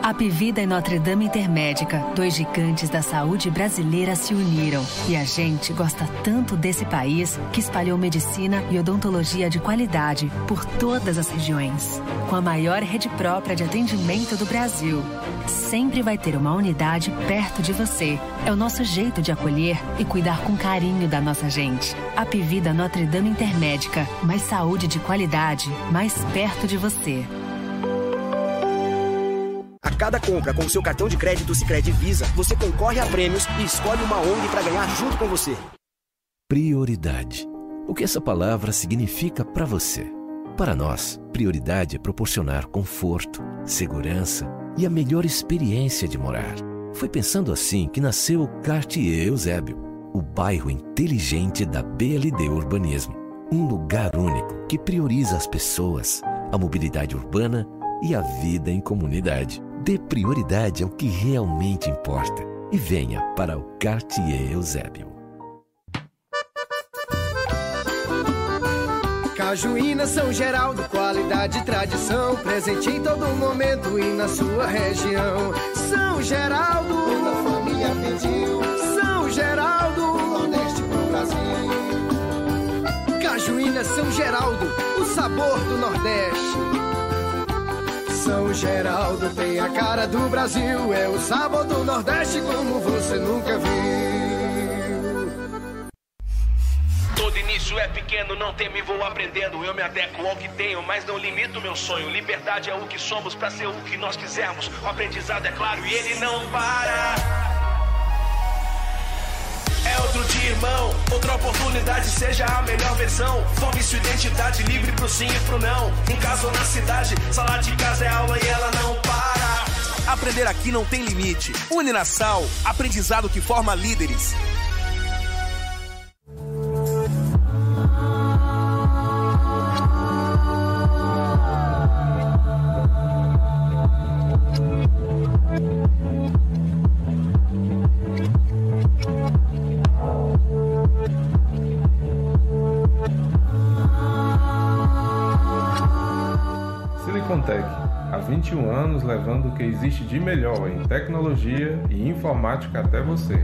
Apivida e Notre Dame Intermédica, 2 gigantes da saúde brasileira, se uniram. E a gente gosta tanto desse país que espalhou medicina e odontologia de qualidade por todas as regiões. Com a maior rede própria de atendimento do Brasil. Sempre vai ter uma unidade perto de você. É o nosso jeito de acolher e cuidar com carinho da nossa gente. Apivida Notre Dame Intermédica, mais saúde de qualidade, mais perto de você. A cada compra com o seu cartão de crédito Sicredi Visa, você concorre a prêmios e escolhe uma ONG para ganhar junto com você. Prioridade. O que essa palavra significa para você? Para nós, prioridade é proporcionar conforto, segurança e a melhor experiência de morar. Foi pensando assim que nasceu o Cartier Eusébio, o bairro inteligente da BLD Urbanismo. Um lugar único que prioriza as pessoas, a mobilidade urbana e a vida em comunidade. Dê prioridade ao que realmente importa e venha para o Cartier Eusébio. Cajuína São Geraldo, qualidade e tradição, presente em todo momento e na sua região. São Geraldo, toda família pediu. São Geraldo, Nordeste pro Brasil. Cajuína São Geraldo, o sabor do Nordeste. São Geraldo tem a cara do Brasil, é o sabor do Nordeste como você nunca viu. Todo início é pequeno, não temo e vou aprendendo. Eu me adequo ao que tenho, mas não limito meu sonho. Liberdade é o que somos pra ser o que nós quisermos. O aprendizado é claro e ele não para. É outro dia, irmão, outra oportunidade, seja a melhor versão. Forme sua identidade, livre pro sim e pro não. Em casa ou na cidade, sala de casa é aula e ela não para. Aprender aqui não tem limite. Uninasal, aprendizado que forma líderes. Silicontech, há 21 anos levando o que existe de melhor em tecnologia e informática até você.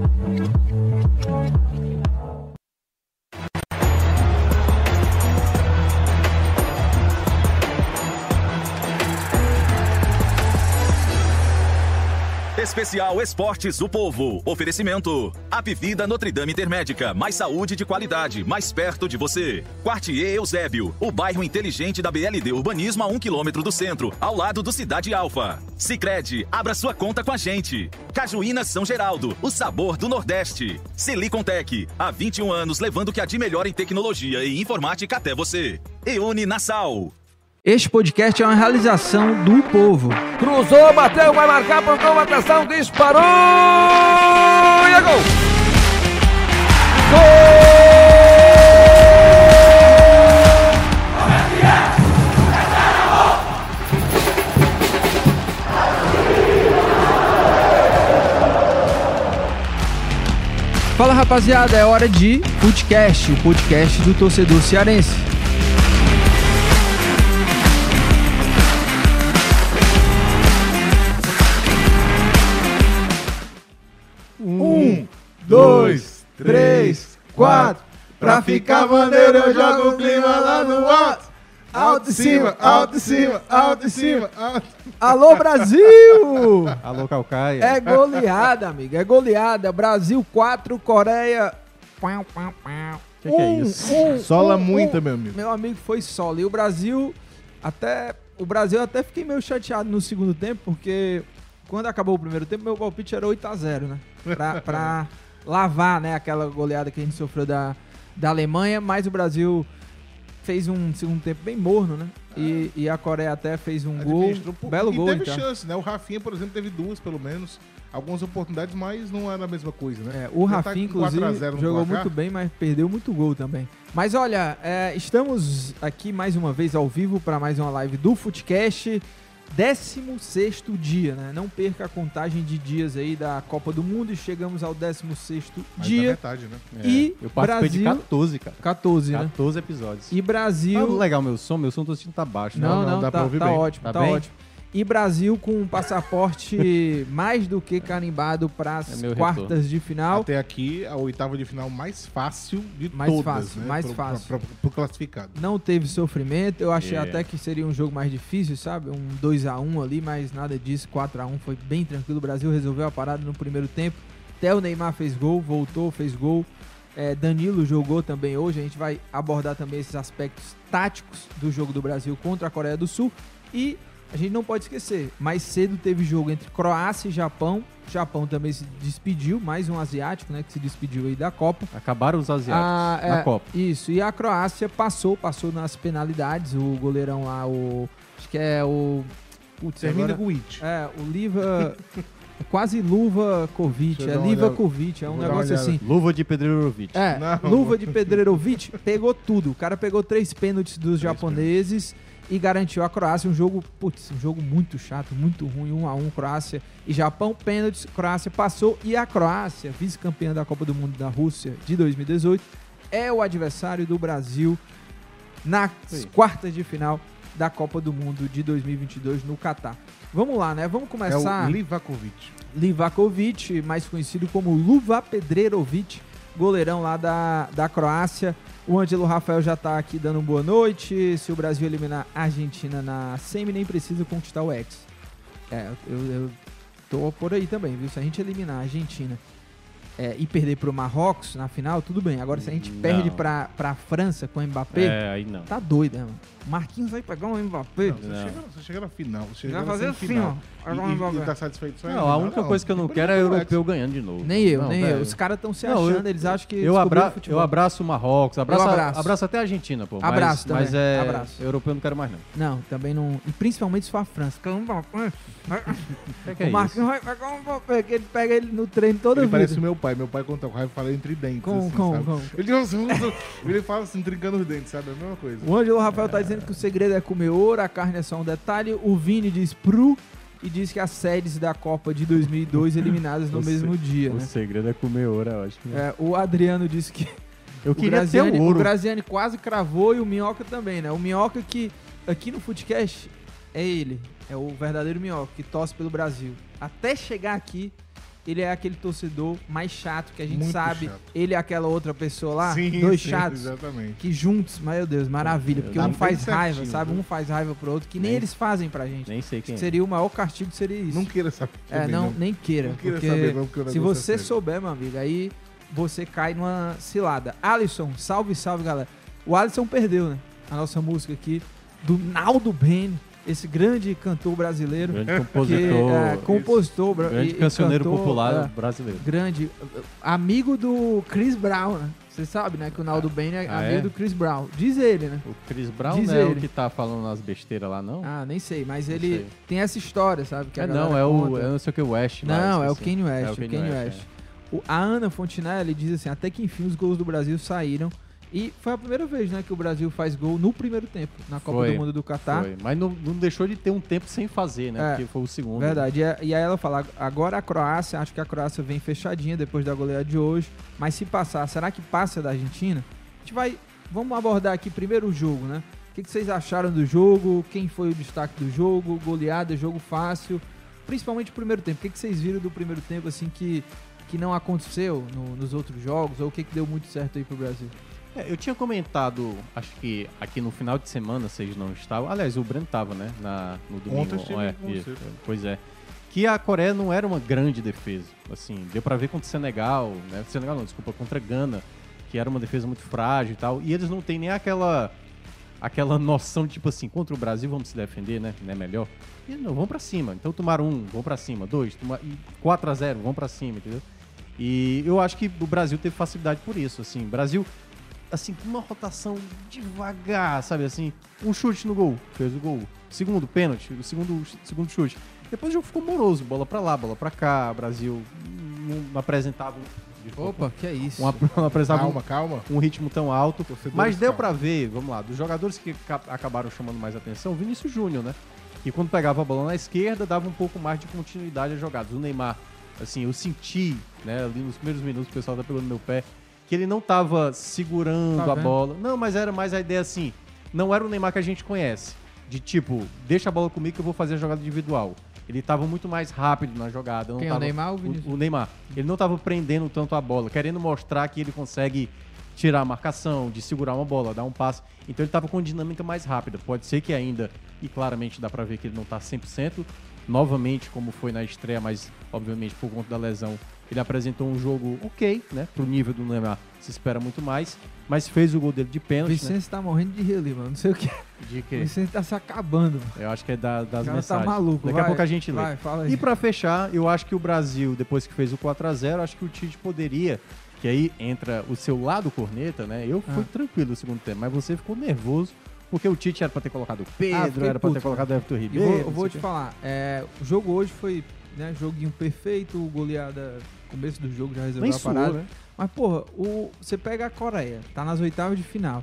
Especial Esportes do Povo. Oferecimento. Apivida Notre Dame Intermédica. Mais saúde de qualidade, mais perto de você. Quartier Eusébio. O bairro inteligente da BLD Urbanismo a 1 km do centro, ao lado do Cidade Alfa. Sicredi, abra sua conta com a gente. Cajuína São Geraldo. O sabor do Nordeste. Silicontech. Há 21 anos levando o que há de melhor em tecnologia e informática até você. E Uninasal. Este podcast é uma realização do povo. Cruzou, bateu, vai marcar, procurou uma atenção, disparou! E é gol! Gol! Fala, rapaziada, é hora de Futecast, o podcast do torcedor cearense. Um, dois, três, quatro. Pra ficar maneiro eu jogo o clima lá no alto. Alto em cima, alto em cima, alto em cima, alto. Alô, Brasil! Alô, Calcaia. É goleada, amigo, é goleada. Brasil 4, Coreia... Que é isso? Sola muito, meu amigo. Meu amigo, foi sola. E o Brasil até fiquei meio chateado no segundo tempo, porque quando acabou o primeiro tempo, meu palpite era 8-0, né? Pra lavar, né, aquela goleada que a gente sofreu da Alemanha, mas o Brasil fez um segundo tempo bem morno, né? E a Coreia até fez um gol, belo gol. E teve chance, né? O Rafinha, por exemplo, teve duas, pelo menos, algumas oportunidades, mas não era a mesma coisa, né? O Rafinha, inclusive, jogou muito bem, mas perdeu muito gol também. Mas olha, estamos aqui mais uma vez ao vivo para mais uma live do Futecast. 16º dia, né? Não perca a contagem de dias aí da Copa do Mundo e chegamos ao 16º dia. Metade, né? E eu participei de 14, cara. 14, né? 14 episódios. E Brasil... Tá legal meu som tô sentindo que tá baixo. Não, dá pra ouvir tá bem. Ótimo, tá bem? ótimo. E Brasil com um passaporte mais do que carimbado para as quartas de final. Até aqui, a oitava de final mais fácil de mais todas, fácil, né? mais fácil. Pro classificado. Não teve sofrimento. Eu achei até que seria um jogo mais difícil, sabe? Um 2-1 ali, mas nada disso. 4-1 foi bem tranquilo. O Brasil resolveu a parada no primeiro tempo. Até o Neymar fez gol, voltou, fez gol. Danilo jogou também hoje. A gente vai abordar também esses aspectos táticos do jogo do Brasil contra a Coreia do Sul. E a gente não pode esquecer, mais cedo teve jogo entre Croácia e Japão. O Japão também se despediu, mais um asiático, né, que se despediu aí da Copa. Acabaram os asiáticos na Copa. Isso, e a Croácia passou nas penalidades. O goleirão lá, acho que é o... Putz, termina com it. O Liva... quase Luva Kovic, Liva Kovic, é um negócio assim. Luva de Pedreirovic. Luva de Pedreirovic, pegou tudo. O cara pegou 3 pênaltis dos japoneses e garantiu a Croácia um jogo muito chato, muito ruim, 1-1, Croácia e Japão, pênaltis, Croácia passou e a Croácia, vice-campeã da Copa do Mundo da Rússia de 2018, é o adversário do Brasil nas quartas de final da Copa do Mundo de 2022 no Catar. Vamos lá, né? Vamos começar... É o Livakovic. Livakovic, mais conhecido como Luva Pedreirovic, goleirão lá da Croácia. O Ângelo Rafael já tá aqui dando boa noite. Se o Brasil eliminar a Argentina na semi, nem precisa conquistar o Hexa. Eu tô por aí também, viu? Se a gente eliminar a Argentina e perder pro Marrocos na final, tudo bem. Agora, se a gente perde pra França com o Mbappé, aí não. tá doido, né, mano? O Marquinhos vai pegar um Mbappé. Você chega na final. Você vai fazer assim, ó. E tá satisfeito só a única coisa que eu não quero é o europeu ganhando de novo. Nem eu. Os caras estão se achando, eles acham que eu abraço o Marrocos, abraço até a Argentina, pô. Abraço também. Mas europeu eu não quero mais, não. Não, também não. E principalmente se for a França. O Marquinhos vai pegar um Mbappé, que ele pega ele no treino toda ele vida. Parece o meu pai. Meu pai, quando tá com raiva, fala entre dentes. Ele fala assim, trincando os dentes, sabe? É a mesma coisa. O Ângelo Rafael tá dizendo que o segredo é comer ouro, a carne é só um detalhe. O Vini diz pru e diz que as séries da Copa de 2002 eliminadas no mesmo dia. O segredo é comer ouro, eu acho. O Adriano disse que eu queria ter o ouro. O Graziani quase cravou e o Minhoca também, né? O Minhoca que aqui no Footcast é ele, é o verdadeiro Minhoca que torce pelo Brasil. Até chegar aqui, ele é aquele torcedor mais chato que a gente muito sabe. Chato. Ele é aquela outra pessoa lá, dois chatos, exatamente. Que juntos, meu Deus, maravilha. Porque um faz raiva, certinho, sabe? Um faz raiva pro outro, que nem eles fazem pra gente. Nem sei quem. Seria o maior castigo, seria isso. Não queira saber. Nem queira. Não queira porque saber, não, porque se você souber, meu amigo, aí você cai numa cilada. Alisson, salve, galera. O Alisson perdeu, né? A nossa música aqui, do Naldo Bene. Esse grande cantor brasileiro. Grande compositor. Compositor. Grande cancioneiro popular brasileiro. Grande. Amigo do Chris Brown, né? Você sabe, né? Que o Naldo Bene é amigo do Chris Brown. Diz ele, né? O Chris Brown não é o que tá falando as besteiras lá, não? Nem sei. Mas ele tem essa história, sabe? Que é não sei o que, o West. Não, é o Kanye West. O Kanye West. A Ana Fontinelli diz assim, até que enfim os gols do Brasil saíram. E foi a primeira vez, né, que o Brasil faz gol no primeiro tempo, na Copa do Mundo do Catar. Foi. Mas não deixou de ter um tempo sem fazer, né? Porque foi o segundo. Verdade. E aí ela fala, agora a Croácia, acho que a Croácia vem fechadinha depois da goleada de hoje. Mas se passar, será que passa da Argentina? Vamos abordar aqui primeiro o jogo, né? O que vocês acharam do jogo? Quem foi o destaque do jogo? Goleada, jogo fácil? Principalmente o primeiro tempo. O que vocês viram do primeiro tempo, assim, que não aconteceu nos outros jogos? Ou o que deu muito certo aí pro Brasil? Eu tinha comentado, acho que aqui no final de semana vocês não estavam. Aliás, o Breno estava, né? No domingo. Pois é. Que a Coreia não era uma grande defesa. Assim, deu pra ver contra o Senegal, né? Senegal não, desculpa, contra a Gana, que era uma defesa muito frágil e tal. E eles não têm nem aquela noção, tipo assim, contra o Brasil vamos se defender, né? Não é melhor? E não, vamos pra cima. Então tomaram 1, vamos pra cima. 2, 4-0, vamos pra cima, entendeu? E eu acho que o Brasil teve facilidade por isso, assim. O Brasil, assim, com uma rotação devagar, sabe, assim, um chute no gol, fez o gol, segundo pênalti, o segundo chute, depois o jogo ficou moroso, bola pra lá, bola pra cá, o Brasil não apresentava que é isso? Não apresentava calma. um ritmo tão alto, Torcedores, mas deu pra ver, vamos lá, dos jogadores que acabaram chamando mais atenção, o Vinícius Júnior, né, que quando pegava a bola na esquerda, dava um pouco mais de continuidade às jogadas. O Neymar, assim, eu senti, né, ali nos primeiros minutos, o pessoal tá pegando no meu pé, que ele não tava segurando a bola. Não, mas era mais a ideia assim, não era o Neymar que a gente conhece, de tipo, deixa a bola comigo que eu vou fazer a jogada individual. Ele estava muito mais rápido na jogada. Não Quem tava, é o Neymar ou o Vinícius? O Neymar. Ele não estava prendendo tanto a bola, querendo mostrar que ele consegue tirar a marcação, de segurar uma bola, dar um passe. Então ele estava com dinâmica mais rápida. Pode ser que ainda, e claramente dá pra ver que ele não está 100%, novamente como foi na estreia, mas obviamente por conta da lesão, ele apresentou um jogo ok, né? Pro nível do Neymar se espera muito mais, mas fez o gol dele de pênalti. O Vicente tá morrendo de rir ali, mano. Não sei o que. De quê? O Vicente tá se acabando, mano. Eu acho que é das mensagens. Tá maluco. Daqui a pouco a gente lê. Vai, fala aí. E pra fechar, eu acho que o Brasil, depois que fez o 4-0, acho que o Tite poderia, que aí entra o seu lado corneta, né? Eu fui tranquilo no segundo tempo, mas você ficou nervoso, porque o Tite era pra ter colocado o Pedro, era pra ter colocado o Everton Ribeiro. Eu vou te falar, o jogo hoje foi, né, joguinho perfeito, goleada, começo do jogo já resolveu a parada. Né? Mas, porra, você pega a Coreia, tá nas oitavas de final.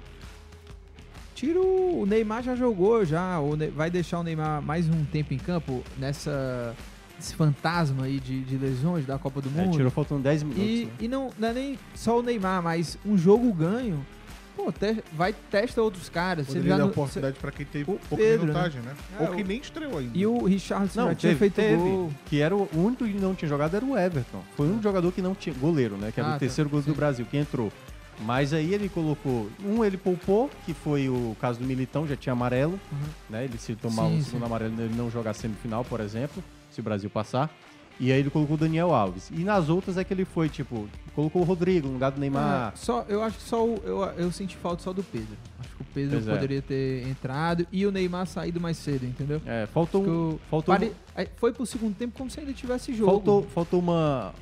Tira o Neymar já jogou, vai deixar o Neymar mais um tempo em campo esse fantasma aí de lesões da Copa do Mundo. Tirou faltando 10 minutos. E não é nem só o Neymar, mas um jogo ganho, pô, testa outros caras. Poderia dar oportunidade pra quem teve pouca minutagem, né? Ou que nem estreou ainda. E o Richarlison já tinha feito gol. Que era o único que não tinha jogado era o Everton. Foi um jogador que não tinha, goleiro, né? Que era o terceiro gol do Brasil, que entrou. Mas aí ele colocou, ele poupou, que foi o caso do Militão, já tinha amarelo, né? Ele se tomar um segundo amarelo, ele não jogar semifinal, por exemplo, se o Brasil passar. E aí ele colocou o Daniel Alves. E nas outras é que ele foi, tipo, colocou o Rodrigo no lugar do Neymar. Eu acho que eu senti falta só do Pedro. Acho que o Pedro poderia ter entrado e o Neymar saído mais cedo, entendeu? Faltou foi pro segundo tempo como se ainda tivesse jogo. Faltou uma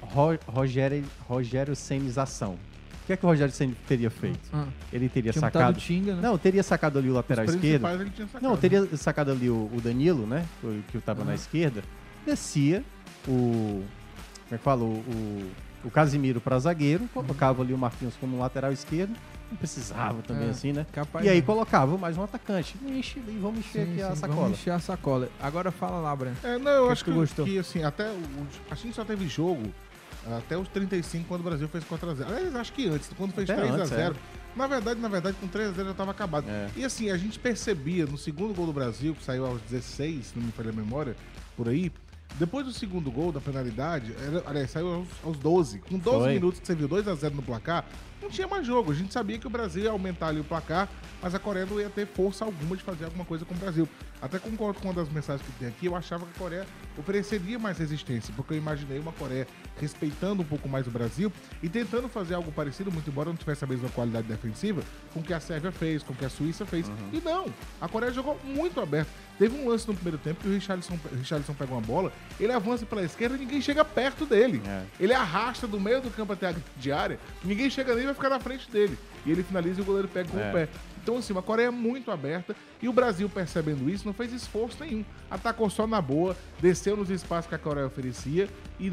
Rogério Cenização. O que é que o Rogério Ceni teria feito? Ele teria sacado o Tinga, né? Não, teria sacado ali o lateral esquerdo. Ele tinha sacado. Não, teria sacado ali o Danilo, né? Que estava na esquerda. Descia como é que fala? O Casimiro para zagueiro, colocava ali o Marquinhos como lateral esquerdo. Não precisava também assim, né? Capaz e aí colocava mais um atacante. Vamos encher aqui a sacola. Vamos encher a sacola. Agora fala lá, Breno. Eu acho que assim, até a gente só teve jogo até os 35 quando o Brasil fez 4-0. Aliás, acho que antes, quando fez 3-0. Na verdade, com 3-0 já estava acabado. E assim, a gente percebia no segundo gol do Brasil, que saiu aos 16, se não me falha a memória, por aí. Depois do segundo gol da penalidade, saiu aos 12. Com 12 minutos que você viu 2-0 no placar, não tinha mais jogo. A gente sabia que o Brasil ia aumentar ali o placar, mas a Coreia não ia ter força alguma de fazer alguma coisa com o Brasil. Até concordo com uma das mensagens que tem aqui, eu achava que a Coreia ofereceria mais resistência, porque eu imaginei uma Coreia respeitando um pouco mais o Brasil e tentando fazer algo parecido, muito embora não tivesse a mesma qualidade defensiva, com o que a Sérvia fez, com o que a Suíça fez. E não, a Coreia jogou muito aberto. Teve um lance no primeiro tempo que o Richarlison pega uma bola, ele avança pela esquerda e ninguém chega perto dele. Ele arrasta do meio do campo até a grande área, ninguém chega nem vai ficar na frente dele. E ele finaliza e o goleiro pega com o pé. Então, assim, uma Coreia muito aberta e o Brasil, percebendo isso, não fez esforço nenhum. Atacou só na boa, desceu nos espaços que a Coreia oferecia e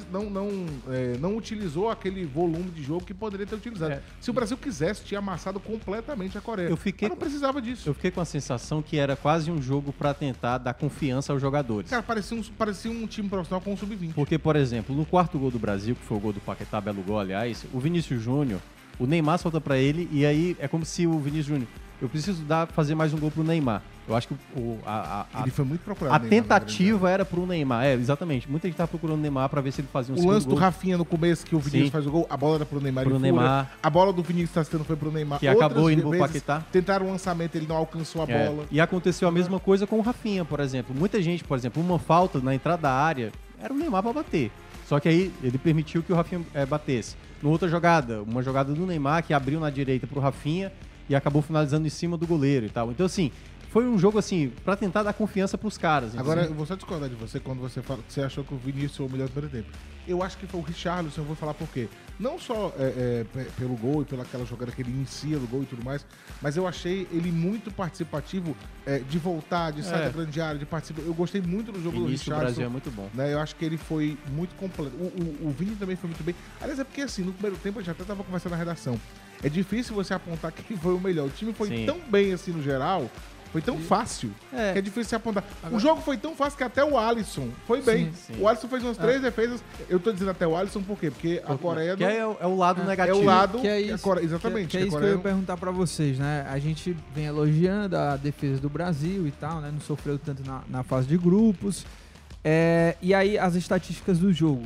não utilizou aquele volume de jogo que poderia ter utilizado. Se o Brasil quisesse, tinha amassado completamente a Coreia. Mas não precisava disso. Eu fiquei com a sensação que era quase um jogo para tentar dar confiança aos jogadores. Cara, parecia um time profissional com um sub-20. Porque, por exemplo, no quarto gol do Brasil, que foi o gol do Paquetá, belo gol, aliás, o Vinícius Júnior, o Neymar solta pra ele e aí é como se o Vinícius Júnior, eu preciso fazer mais um gol pro Neymar. Eu acho que ele foi muito procurado. A tentativa era pro Neymar. Exatamente. Muita gente tava procurando o Neymar pra ver se ele fazia um segundo gol. O lance do Rafinha no começo, que o Vinícius faz o gol, a bola era pro Neymar. A bola do Vinícius Tastano foi pro Neymar. Que acabou indo pro Paquetá. Tentaram o lançamento, ele não alcançou a bola. E aconteceu a mesma coisa com o Rafinha, por exemplo. Muita gente, por exemplo, uma falta na entrada da área, era o Neymar pra bater. Só que aí ele permitiu que o Rafinha batesse. No outra jogada, uma jogada do Neymar que abriu na direita pro Rafinha e acabou finalizando em cima do goleiro e tal. Então, assim, foi um jogo, assim, pra tentar dar confiança pros caras. Agora, eu vou só discordar de você quando você fala que você achou que o Vinícius foi o melhor do primeiro tempo. Eu acho que foi o Richarlison, eu vou falar por quê. Não só pelo gol e pelaquela jogada que ele inicia do gol e tudo mais, mas eu achei ele muito participativo de voltar, de sair da grande área, de participar. Eu gostei muito do jogo do Richarlison. O Brasil é muito bom. Né? Eu acho que ele foi muito completo. O Vini também foi muito bem. Aliás, é porque assim, no primeiro tempo a gente até estava conversando na redação. É difícil você apontar quem foi o melhor. O time foi tão bem assim no geral Foi tão fácil que é difícil se apontar. O jogo foi tão fácil que até o Alisson foi bem. Sim. O Alisson fez umas 3 defesas. Eu tô dizendo até o Alisson por quê? Porque a Coreia... Que é o lado negativo. É o lado... Que é isso, exatamente. Que é isso que eu ia perguntar pra vocês, né? A gente vem elogiando a defesa do Brasil e tal, né? Não sofreu tanto na fase de grupos. E aí, as estatísticas do jogo.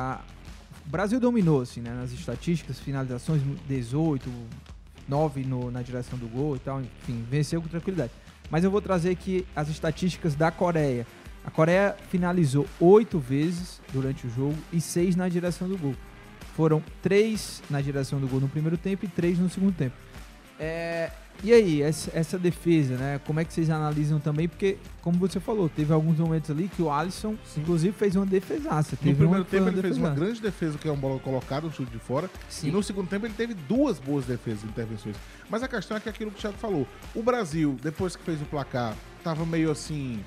O Brasil dominou, assim, né? Nas estatísticas, finalizações 18, 9 na direção do gol e tal. Enfim, venceu com tranquilidade. Mas eu vou trazer aqui as estatísticas da Coreia. A Coreia finalizou 8 vezes durante o jogo e 6 na direção do gol. Foram 3 na direção do gol no primeiro tempo e 3 no segundo tempo. E aí, essa defesa, né? Como é que vocês analisam também? Porque, como você falou, teve alguns momentos ali que o Alisson, inclusive, fez uma defesaça. No primeiro tempo ele fez uma grande defesa, que é uma bola colocada, um chute de fora. Sim. E no segundo tempo ele teve 2 boas defesas, intervenções. Mas a questão é que aquilo que o Thiago falou. O Brasil, depois que fez o placar, tava meio assim,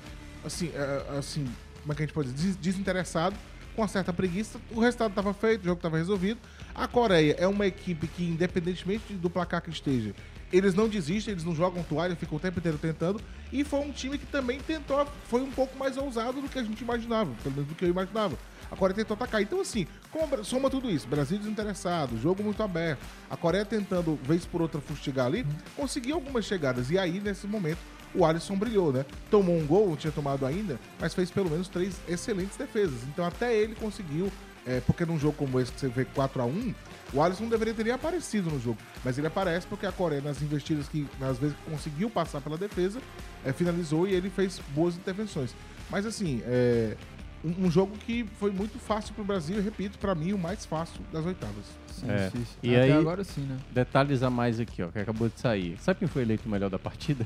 como é que a gente pode dizer? Desinteressado, com uma certa preguiça. O resultado estava feito, o jogo estava resolvido. A Coreia é uma equipe que, independentemente do placar que esteja, eles não desistem, eles não jogam toalha, ficam o tempo inteiro tentando. E foi um time que também tentou, foi um pouco mais ousado do que a gente imaginava, pelo menos do que eu imaginava. A Coreia tentou atacar. Então, assim, soma tudo isso. Brasil desinteressado, jogo muito aberto. A Coreia tentando, vez por outra, fustigar ali, conseguiu algumas chegadas. E aí, nesse momento, o Alisson brilhou, né? Tomou um gol, não tinha tomado ainda, mas fez pelo menos 3 excelentes defesas. Então, até ele conseguiu, porque num jogo como esse, que você vê 4-1, o Alisson não deveria ter nem aparecido no jogo. Mas ele aparece porque a Coreia, nas investidas que, às vezes, conseguiu passar pela defesa, finalizou e ele fez boas intervenções. Mas, assim, um jogo que foi muito fácil pro Brasil, e repito, pra mim, o mais fácil das oitavas. Sim. E até aí, agora sim, né? Detalhes a mais aqui, ó, que acabou de sair. Sabe quem foi eleito o melhor da partida?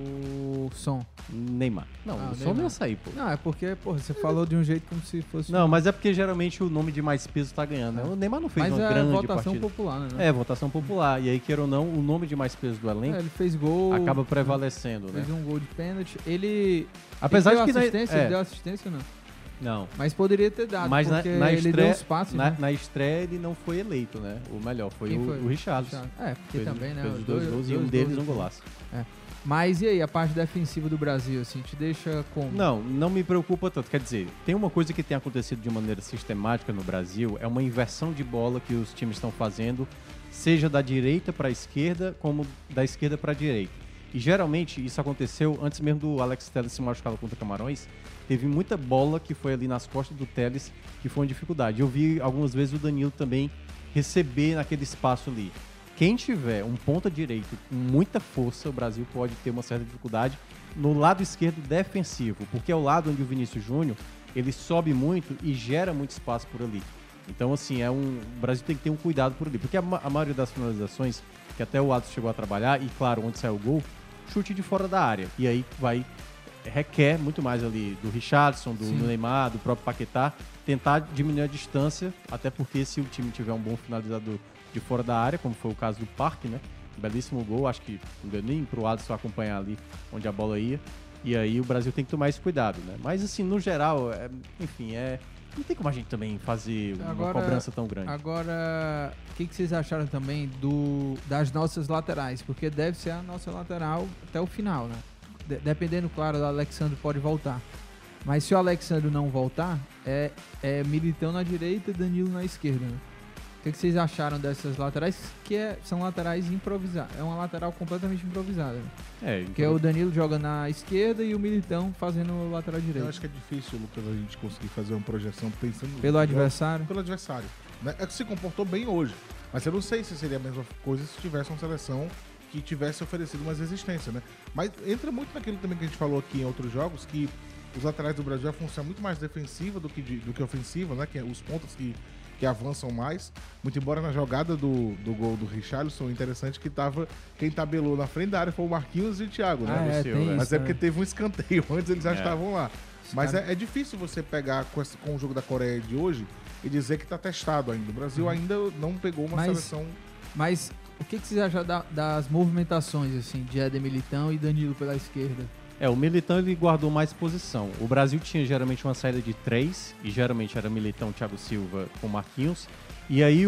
O Son. Neymar. Não, o Son não ia sair, pô. Não, é porque, você falou de um jeito como se fosse... Não, mas é porque geralmente o nome de mais peso tá ganhando, né? O Neymar não fez uma grande partida. Mas é votação popular, né? Votação popular. E aí, queira ou não, o nome de mais peso do elenco... ele fez gol... Acaba prevalecendo, né? Fez um gol de pênalti. Ele... Apesar de que... Ele deu assistência ou não? Não. Mas poderia ter dado, mas porque na ele estreia, deu uns passes, né? Na estreia ele não foi eleito, né? O melhor foi o Richarlison. Porque também, né? Fez os 2 gols e um deles um golaço. Mas e aí, a parte defensiva do Brasil, assim, te deixa como? Não me preocupa tanto. Quer dizer, tem uma coisa que tem acontecido de maneira sistemática no Brasil, é uma inversão de bola que os times estão fazendo, seja da direita para a esquerda, como da esquerda para a direita. E geralmente isso aconteceu antes mesmo do Alex Telles se machucar contra Camarões. Teve muita bola que foi ali nas costas do Telles, que foi uma dificuldade. Eu vi algumas vezes o Danilo também receber naquele espaço ali. Quem tiver um ponta direito com muita força, o Brasil pode ter uma certa dificuldade no lado esquerdo defensivo, porque é o lado onde o Vinícius Júnior ele sobe muito e gera muito espaço por ali. Então, assim, o Brasil tem que ter um cuidado por ali, porque a maioria das finalizações, que até o Adson chegou a trabalhar, e claro, onde saiu o gol, chute de fora da área. E aí requer muito mais ali do Richarlison, do Neymar, do próprio Paquetá, tentar diminuir a distância, até porque se o time tiver um bom finalizador de fora da área, como foi o caso do Parque, né? Belíssimo gol, acho que não deu nem pro Adson acompanhar ali onde a bola ia. E aí o Brasil tem que tomar esse cuidado, né? Mas assim, no geral, enfim, não tem como a gente também fazer uma cobrança tão grande. Agora, o que vocês acharam também das nossas laterais? Porque deve ser a nossa lateral até o final, né? Dependendo, claro, do Alexandre pode voltar. Mas se o Alexandre não voltar, é Militão na direita e Danilo na esquerda, né? O que vocês acharam dessas laterais? São laterais improvisadas. É uma lateral completamente improvisada, né? Porque o Danilo joga na esquerda e o Militão fazendo o lateral direito. Eu acho que é difícil, Lucas, a gente conseguir fazer uma projeção pensando... Pelo adversário? Pelo adversário. Né? É que se comportou bem hoje. Mas eu não sei se seria a mesma coisa se tivesse uma seleção que tivesse oferecido mais resistência, né? Mas entra muito naquilo também que a gente falou aqui em outros jogos, que os laterais do Brasil, a função é muito mais defensiva do que ofensiva, né? Que é os pontos que avançam mais. Muito embora na jogada do gol do Richarlison, interessante que quem tabelou na frente da área foi o Marquinhos e o Thiago, né? Mas porque teve um escanteio, antes eles já estavam lá. Mas é difícil você pegar com o jogo da Coreia de hoje e dizer que está testado ainda. O Brasil ainda não pegou uma seleção... Mas o que vocês acham das movimentações, assim, de Éder Militão e Danilo pela esquerda? O Militão ele guardou mais posição. O Brasil tinha geralmente uma saída de 3, e geralmente era Militão, Thiago Silva com Marquinhos. E aí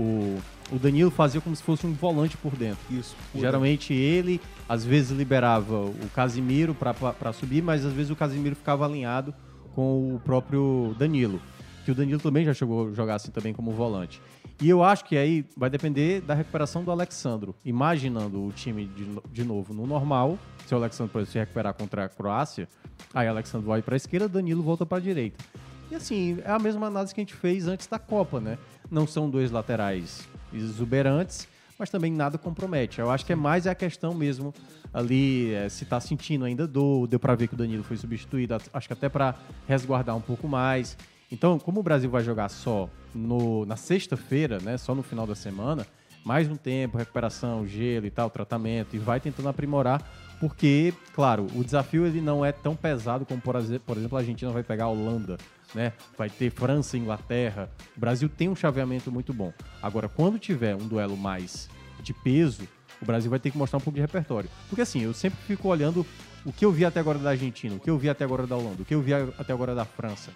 o Danilo fazia como se fosse um volante por dentro. Isso. Geralmente ele, às vezes, liberava o Casimiro para subir, mas às vezes o Casimiro ficava alinhado com o próprio Danilo. Que o Danilo também já chegou a jogar assim também como volante. E eu acho que aí vai depender da recuperação do Alexandro. Imaginando o time de novo no normal, se o Alexandro, por exemplo, se recuperar contra a Croácia, aí o Alexandro vai para a esquerda, Danilo volta para a direita. E assim, é a mesma análise que a gente fez antes da Copa, né? Não são dois laterais exuberantes, mas também nada compromete. Eu acho que é mais a questão mesmo ali, se tá sentindo ainda deu para ver que o Danilo foi substituído, acho que até para resguardar um pouco mais. Então, como o Brasil vai jogar só na sexta-feira, né, só no final da semana, mais um tempo, recuperação, gelo e tal, tratamento, e vai tentando aprimorar, porque, claro, o desafio ele não é tão pesado como, por exemplo, a Argentina vai pegar a Holanda, né? Vai ter França e Inglaterra. O Brasil tem um chaveamento muito bom. Agora, quando tiver um duelo mais de peso, o Brasil vai ter que mostrar um pouco de repertório. Porque assim, eu sempre fico olhando o que eu vi até agora da Argentina, o que eu vi até agora da Holanda, o que eu vi até agora da França.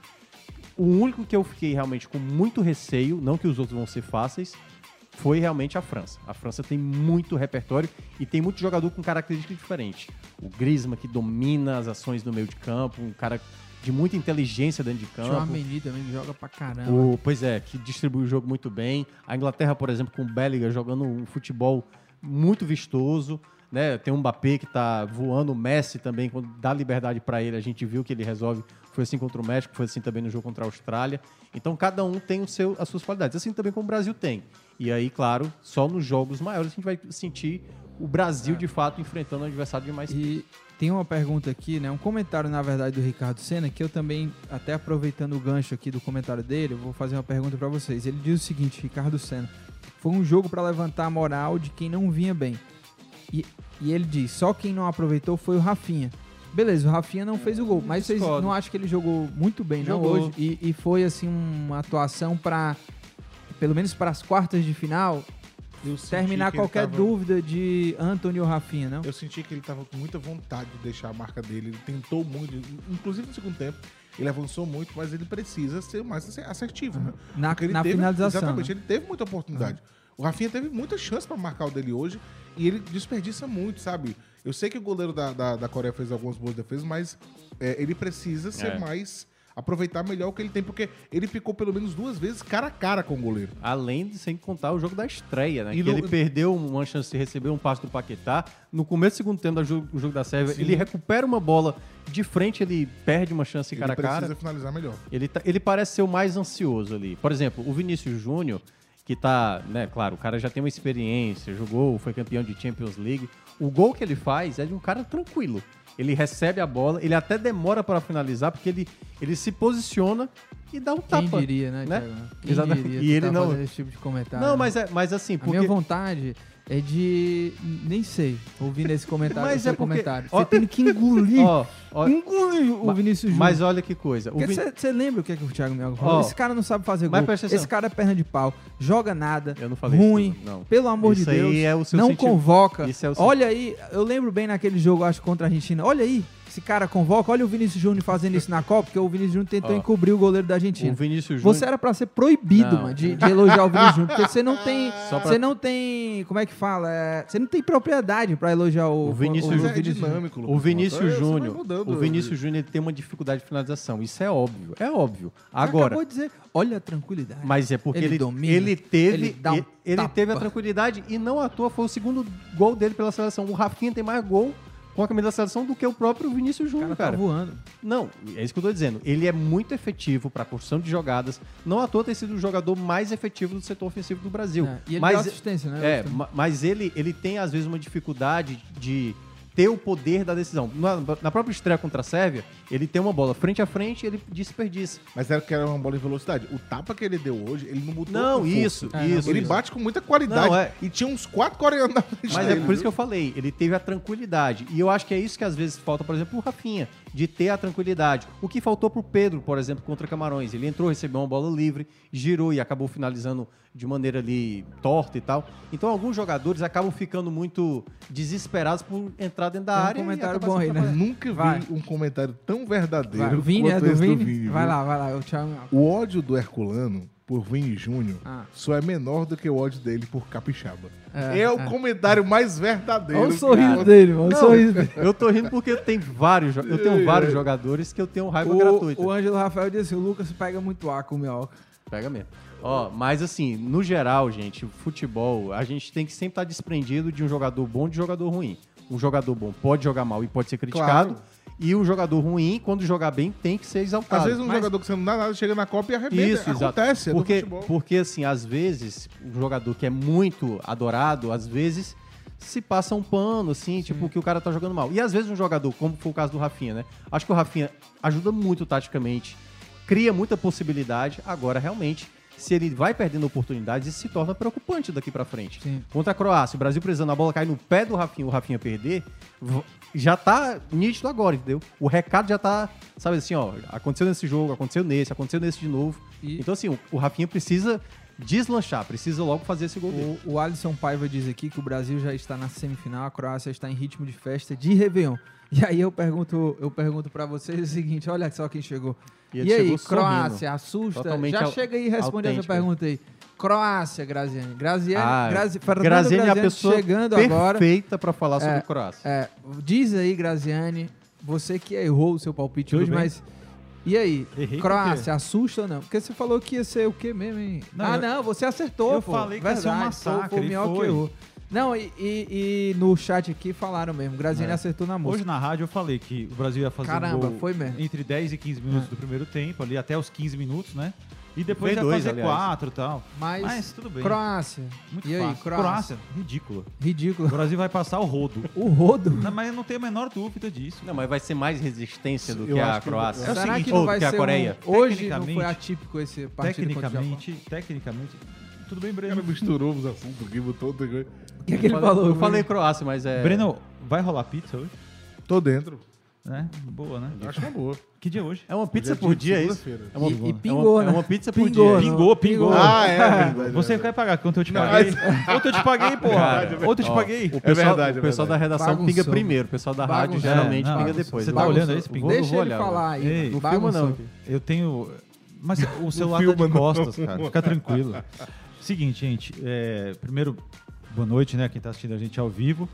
O único que eu fiquei realmente com muito receio, não que os outros vão ser fáceis, foi realmente a França. A França tem muito repertório e tem muito jogador com características diferentes. O Griezmann, que domina as ações no meio de campo, um cara de muita inteligência dentro de campo. O Tchouaméni também joga pra caramba. Pois é, que distribui o jogo muito bem. A Inglaterra, por exemplo, com o Bellingham jogando um futebol muito vistoso. Né? Tem o Mbappé que tá voando, o Messi também, quando dá liberdade para ele, a gente viu que ele resolve. Foi assim contra o México, foi assim também no jogo contra a Austrália. Então, cada um tem as suas qualidades. Assim também como o Brasil tem. E aí, claro, só nos jogos maiores a gente vai sentir o Brasil, de fato, enfrentando o adversário de mais peso. E tem uma pergunta aqui, né? Um comentário, na verdade, do Ricardo Senna, que eu também, até aproveitando o gancho aqui do comentário dele, eu vou fazer uma pergunta para vocês. Ele diz o seguinte, Ricardo Senna: foi um jogo para levantar a moral de quem não vinha bem. E ele diz, só quem não aproveitou foi o Rafinha. Beleza, o Rafinha não fez o gol, mas vocês não acham que ele jogou muito bem, não, hoje? E foi, assim, uma atuação para, pelo menos para as quartas de final, terminar qualquer dúvida de Antony ou Rafinha, não? Eu senti que ele estava com muita vontade de deixar a marca dele, ele tentou muito, inclusive no segundo tempo, ele avançou muito, mas ele precisa ser mais assertivo, né? Na finalização. Exatamente, né? ele teve muita oportunidade. O Rafinha teve muita chance para marcar o dele hoje e ele desperdiça muito, sabe? Eu sei que o goleiro da Coreia fez algumas boas defesas, mas ele precisa ser mais... aproveitar melhor o que ele tem, porque ele ficou pelo menos 2 vezes cara a cara com o goleiro. Além de, sem contar, o jogo da estreia, né? Ele perdeu uma chance de receber um passe do Paquetá. No começo do segundo tempo do jogo da Sérvia, ele recupera uma bola de frente, ele perde uma chance cara a cara. Ele precisa finalizar melhor. Ele parece ser o mais ansioso ali. Por exemplo, o Vinícius Júnior, que tá, né, claro, o cara já tem uma experiência, jogou, foi campeão de Champions League. O gol que ele faz é de um cara tranquilo. Ele recebe a bola, ele até demora para finalizar, porque ele se posiciona e dá um tapa. Quem diria, né, Thiago? Exatamente. Diria, e ele não esse tipo de comentário. Não, mas assim, porque... A minha vontade é de... Nem sei, ouvir nesse comentário, mas porque... comentário. Você tem que engolir. Engolir o Vinícius Júnior. Mas olha que coisa. Você lembra o que o Thiago Melo falou? Esse cara não sabe fazer gol. Esse cara é perna de pau. Joga nada. Eu não falei ruim. Isso, não. Pelo amor de Deus. Não convoca. Olha aí, eu lembro bem naquele jogo, acho, contra a Argentina. Olha aí. Esse cara convoca, olha o Vinícius Júnior fazendo isso na Copa, porque o Vinícius Júnior tentou encobrir o goleiro da Argentina. O Vinícius Júnior... Você era pra ser proibido, mano, de elogiar o Vinícius Júnior, porque você não tem... Você não tem... Como é que fala? Você não tem propriedade pra elogiar o Vinícius Júnior. É dinâmico. O Vinícius Júnior, ele tem uma dificuldade de finalização. Isso é óbvio. É óbvio. Agora... Acabou de dizer, olha a tranquilidade. Mas é porque ele domina, ele teve a tranquilidade e não à toa foi o segundo gol dele pela seleção. O Rafinha tem mais gol com a camisa da seleção do que o próprio Vinícius Júnior, cara. Tá voando. Não, é isso que eu tô dizendo. Ele é muito efetivo para a construção de jogadas. Não à toa tem sido o jogador mais efetivo do setor ofensivo do Brasil. E ele dá assistência, né? Mas ele tem, às vezes, uma dificuldade de ter o poder da decisão. Na própria estreia contra a Sérvia, ele tem uma bola frente a frente e ele desperdiça. Mas era que era uma bola em velocidade. O tapa que ele deu hoje, ele não mudou. Não, isso. Ele bate com muita qualidade. E tinha uns 4 coreanos na frente Mas dele, é por isso que eu falei. Ele teve a tranquilidade. E eu acho que é isso que às vezes falta, por exemplo, o Rafinha. de ter a tranquilidade. O que faltou pro Pedro, por exemplo, contra Camarões. Ele entrou, recebeu uma bola livre, girou e acabou finalizando de maneira ali torta e tal. Então, alguns jogadores acabam ficando muito desesperados por entrar dentro da área. Um comentário bom aí, né? Nunca vi um comentário tão verdadeiro Vini, quanto do esse Vini? do Vini. Vai lá, eu te amo. O ódio do Herculano por Vini Júnior só é menor do que o ódio dele por Capixaba. É o comentário mais verdadeiro. Olha o sorriso dele, mano. Eu tô rindo porque eu tenho vários jogadores que eu tenho raiva gratuita. O Ângelo Rafael disse: o Lucas pega muito ar com o Minhoca. Pega mesmo. Mas assim, no geral, gente, futebol, a gente tem que sempre estar desprendido de um jogador bom e de um jogador ruim. Um jogador bom pode jogar mal e pode ser criticado. Claro. E um jogador ruim, quando jogar bem, tem que ser exaltado. Às vezes jogador que você não dá nada chega na Copa e arrebenta. Isso, acontece, exato. Porque, assim, às vezes, um jogador que é muito adorado, às vezes se passa um pano, assim, tipo, que o cara tá jogando mal. E às vezes um jogador, como foi o caso do Rafinha, né? Acho que o Rafinha ajuda muito taticamente, cria muita possibilidade. Agora, realmente, se ele vai perdendo oportunidades, isso se torna preocupante daqui pra frente. Sim. Contra a Croácia, o Brasil precisando a bola cair no pé do Rafinha, o Rafinha perder, já tá nítido agora, entendeu? O recado já tá, sabe assim, aconteceu nesse jogo, aconteceu nesse de novo. Então, assim, o Rafinha precisa deslanchar, precisa logo fazer esse gol dele. O Alisson Paiva diz aqui que o Brasil já está na semifinal, a Croácia está em ritmo de festa de Réveillon. E aí eu pergunto pra vocês o seguinte, olha só quem chegou. E aí, Croácia, assusta? Totalmente chega aí e responde essa pergunta aí. Croácia, Graziani. Graziani é a pessoa chegando perfeita para falar sobre Croácia. Diz aí, Graziani, você que errou o seu palpite hoje, mas... E aí, Croácia, assusta ou não? Porque você falou que ia ser o quê mesmo, hein? Não, você acertou, Eu falei que ia ser um massacre, foi o Minhoca que errou. Não, e no chat aqui falaram mesmo, Graziani acertou na música. Hoje na rádio eu falei que o Brasil ia fazer um gol foi mesmo. entre 10 e 15 minutos do primeiro tempo, ali até os 15 minutos, né? E depois ia fazer 4 e tal. Mas tudo bem. Croácia. Muito e fácil. aí, Croácia? Ridículo. Ridículo. O Brasil vai passar o rodo. O rodo? Não, mas eu não tenho a menor dúvida disso. Não, mas vai ser mais resistência do que a Croácia. É o seguinte, que não vai ser a Coreia. Hoje não foi atípico esse partido Tecnicamente, tudo bem, Breno. O cara misturou os assuntos aqui, botou... O que ele falou? Eu falei Croácia, mas é... Breno, vai rolar pizza hoje? Tô dentro. Boa, né? Acho uma boa. Que dia é hoje? É uma pizza por dia, é isso? E pingou, né? É uma pizza por dia. Pingou. É. Você vai pagar quanto eu te paguei? Outro eu te paguei, porra. Outro eu te paguei. O pessoal da redação pinga primeiro. O pessoal da rádio geralmente pinga depois. Você tá olhando aí? Deixa ele falar aí. Não filma não. Eu tenho... Mas o celular tá de costas, cara. Fica tranquilo. Seguinte, gente. Primeiro, boa noite, né? Quem tá assistindo a gente ao vivo.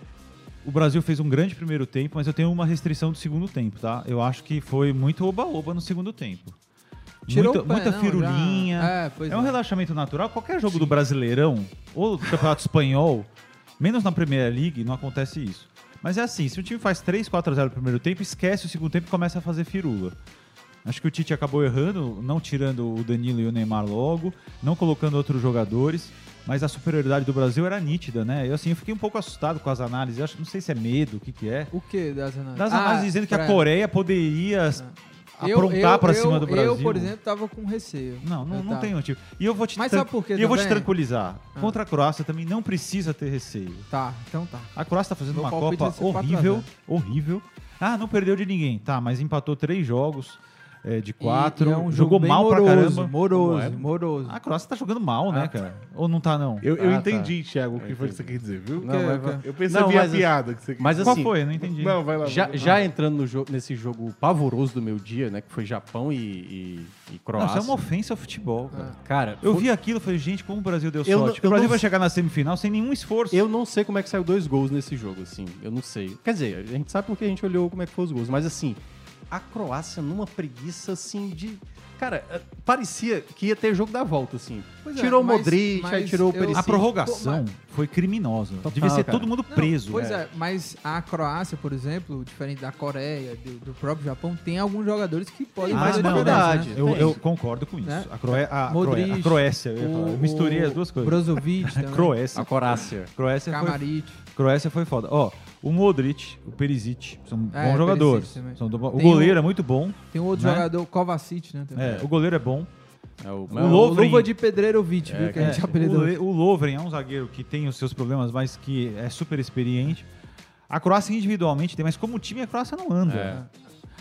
O Brasil fez um grande primeiro tempo, mas eu tenho uma restrição do segundo tempo, tá? Eu acho que foi muito oba-oba no segundo tempo. Muita firulinha. É um relaxamento natural. Qualquer jogo do Brasileirão ou do Campeonato Espanhol, menos na Premier League, não acontece isso. Mas é assim, se o time faz 3-4-0 no primeiro tempo, esquece o segundo tempo e começa a fazer firula. Acho que o Tite acabou errando, não tirando o Danilo e o Neymar logo, não colocando outros jogadores. Mas a superioridade do Brasil era nítida, né? Eu fiquei um pouco assustado com as análises. Eu não sei se é medo, o que é. O que das análises? Das análises dizendo que a Coreia poderia aprontar pra cima do Brasil. Eu, por exemplo, tava com receio. Não tem motivo. E eu vou te, sabe por quê, eu vou te tranquilizar. Contra a Croácia também não precisa ter receio. Tá, então tá. A Croácia tá fazendo uma Copa horrível. Não perdeu de ninguém. Tá, mas empatou 3 jogos. De 4, jogou mal moroso, pra caramba. Moroso. A Croácia tá jogando mal, né, cara? Ou não tá, não? Eu entendi, Thiago, o que foi que você quer dizer, viu? Eu percebi a piada que você quis dizer. Mas assim, qual foi? Eu não entendi. Não, vai lá. Já entrando nesse jogo pavoroso do meu dia, né, que foi Japão e Croácia. Isso é uma ofensa ao futebol, cara. Eu vi aquilo e falei, gente, como o Brasil deu sorte. O Brasil vai chegar na semifinal sem nenhum esforço. Eu não sei como é que saiu 2 gols nesse jogo, assim. Eu não sei. Quer dizer, a gente sabe porque a gente olhou como é que foi os gols, mas assim... A Croácia numa preguiça, assim, de... Cara, parecia que ia ter jogo da volta, assim. Tirou o Modric, aí tirou o Perisic. A prorrogação foi criminosa. Devia ser todo mundo preso. Mas a Croácia, por exemplo, diferente da Coreia, do próprio Japão, tem alguns jogadores que podem fazer verdade. Né? Eu concordo com isso. Né? A Croácia, eu misturei as duas coisas. Brozovic também. Croácia. A Croácia. Kramaric. Croácia foi foda. O Modric, o Perisic, são bons jogadores. O goleiro é muito bom. Tem um outro jogador, o Kovacic, né? Também. O goleiro é bom. O Lovren, Luva de Pedreirovic, viu? Que a gente apelidou. O Lovren é um zagueiro que tem os seus problemas, mas que é super experiente. A Croácia individualmente tem, mas como time a Croácia não anda.